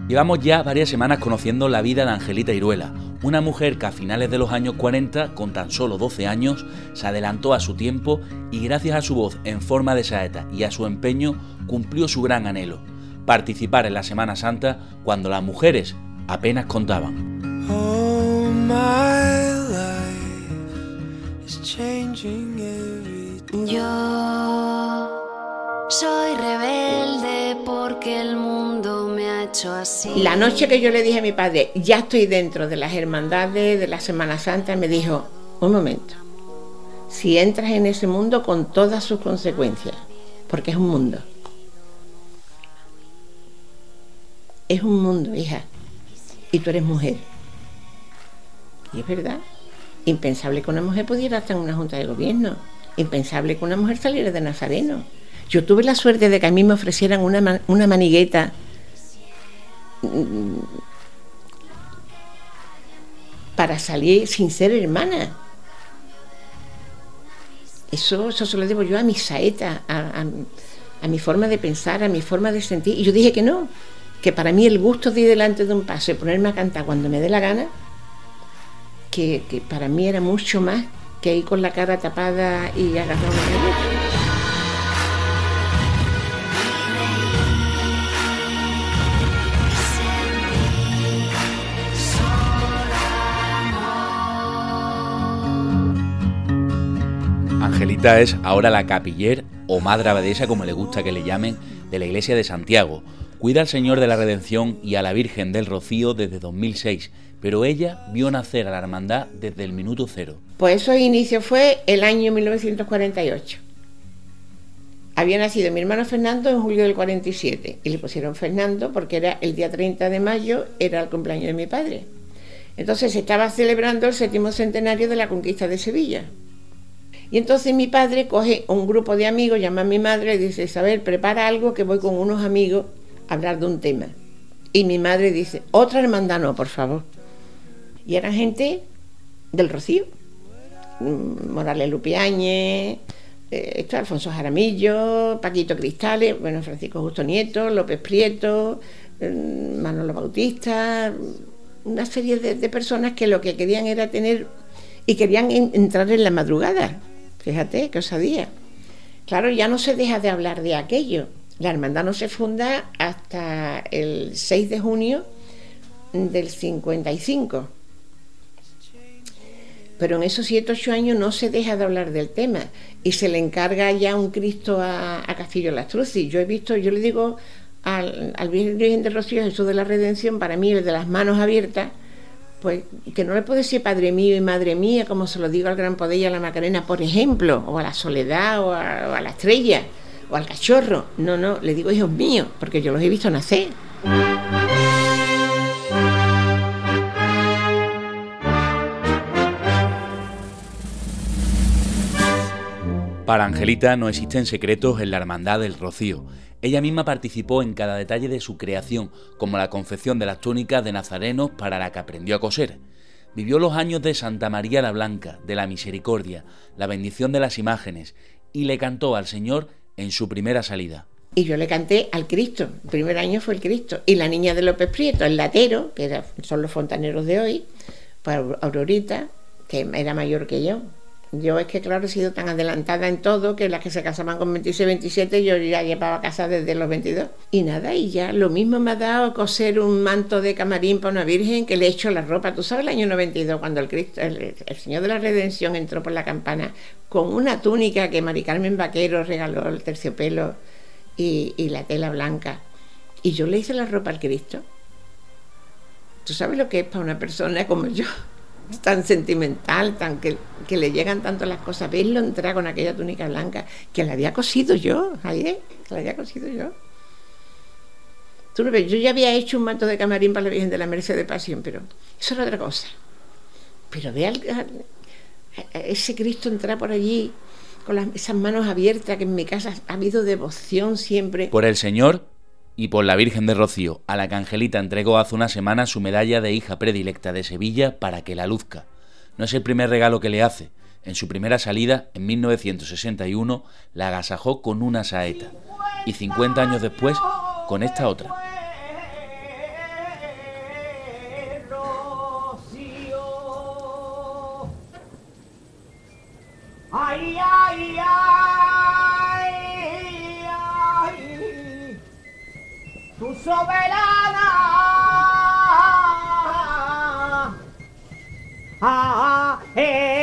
Llevamos ya varias semanas conociendo la vida de Angelita Iruela, una mujer que a finales de los años 40, con tan solo 12 años, se adelantó a su tiempo y gracias a su voz en forma de saeta y a su empeño cumplió su gran anhelo, participar en la Semana Santa cuando las mujeres apenas contaban. Oh, my life is changing every day. Yo soy rebelde porque el mundo me ha hecho así. La noche que yo le dije a mi padre, ya estoy dentro de las hermandades de la Semana Santa, me dijo, un momento, si entras en ese mundo con todas sus consecuencias, porque es un mundo. Es un mundo, hija, y tú eres mujer. Y es verdad, impensable que una mujer pudiera estar en una junta de gobierno, impensable que una mujer saliera de nazareno. Yo tuve la suerte de que a mí me ofrecieran una manigueta para salir sin ser hermana. Eso se lo debo yo a mi saeta, a mi forma de pensar, a mi forma de sentir. Y yo dije que no, que para mí el gusto de ir delante de un paso y ponerme a cantar cuando me dé la gana, que para mí era mucho más que ir con la cara tapada y agarrar una manigueta. Angelita es ahora la capiller o madre abadesa, como le gusta que le llamen, de la iglesia de Santiago. Cuida al Señor de la Redención y a la Virgen del Rocío desde 2006, pero ella vio nacer a la hermandad desde el minuto cero. Pues eso inicio fue el año 1948. Había nacido mi hermano Fernando en julio del 47 y le pusieron Fernando porque era el día 30 de mayo, era el cumpleaños de mi padre. Entonces se estaba celebrando el 7º centenario de la conquista de Sevilla. Y entonces mi padre coge un grupo de amigos, llama a mi madre y dice, Isabel, prepara algo que voy con unos amigos a hablar de un tema. Y mi madre dice, otra hermandad no, por favor. Y eran gente del Rocío, Morales Lupiáñez, Alfonso Jaramillo, Paquito Cristales, bueno, Francisco Justo Nieto, López Prieto, Manolo Bautista, una serie de personas que lo que querían era tener y querían entrar en la madrugada. Fíjate, qué osadía. Claro, ya no se deja de hablar de aquello. La hermandad no se funda hasta el 6 de junio del 55. Pero en esos 7-8 años no se deja de hablar del tema y se le encarga ya un Cristo a Castillo Lastruzzi. Yo le digo al Virgen del Rocío, Jesús de la Redención, para mí el de las manos abiertas, pues que no le puedo decir Padre mío y Madre mía, como se lo digo al Gran Poder y a la Macarena, por ejemplo, o a la Soledad, o a la Estrella, o al Cachorro. No, le digo hijos míos, porque yo los he visto nacer. Para Angelita no existen secretos en la Hermandad del Rocío. Ella misma participó en cada detalle de su creación, como la confección de las túnicas de nazarenos para la que aprendió a coser. Vivió los años de Santa María la Blanca, de la Misericordia, la bendición de las imágenes, y le cantó al Señor en su primera salida. Y yo le canté al Cristo, el primer año fue el Cristo, y la niña de López Prieto, el latero, que son los fontaneros de hoy, pues Aurorita, que era mayor que yo. Yo es que, claro, he sido tan adelantada en todo que las que se casaban con 26, 27, yo ya llevaba casa desde los 22. Y nada, y ya lo mismo me ha dado coser un manto de camarín para una virgen que le he hecho la ropa. Tú sabes, el año 92, cuando el Cristo, el Señor de la Redención entró por la campana con una túnica que Mari Carmen Vaquero regaló, el terciopelo y la tela blanca. Y yo le hice la ropa al Cristo. ¿Tú sabes lo que es para una persona como yo? Tan sentimental, tan que le llegan tanto las cosas, verlo entrar con aquella túnica blanca que la había cosido yo, que la había cosido yo. Tú lo ves, yo ya había hecho un manto de camarín para la Virgen de la Merced de Pasión, pero eso era otra cosa. Pero ve a ese Cristo entrar por allí con esas manos abiertas, que en mi casa ha habido devoción siempre. Por el Señor y por la Virgen del Rocío, a la que Angelita entregó hace una semana su medalla de hija predilecta de Sevilla para que la luzca. No es el primer regalo que le hace. En su primera salida, en 1961, la agasajó con una saeta. Y 50 años después, con esta otra. soberana. Ah,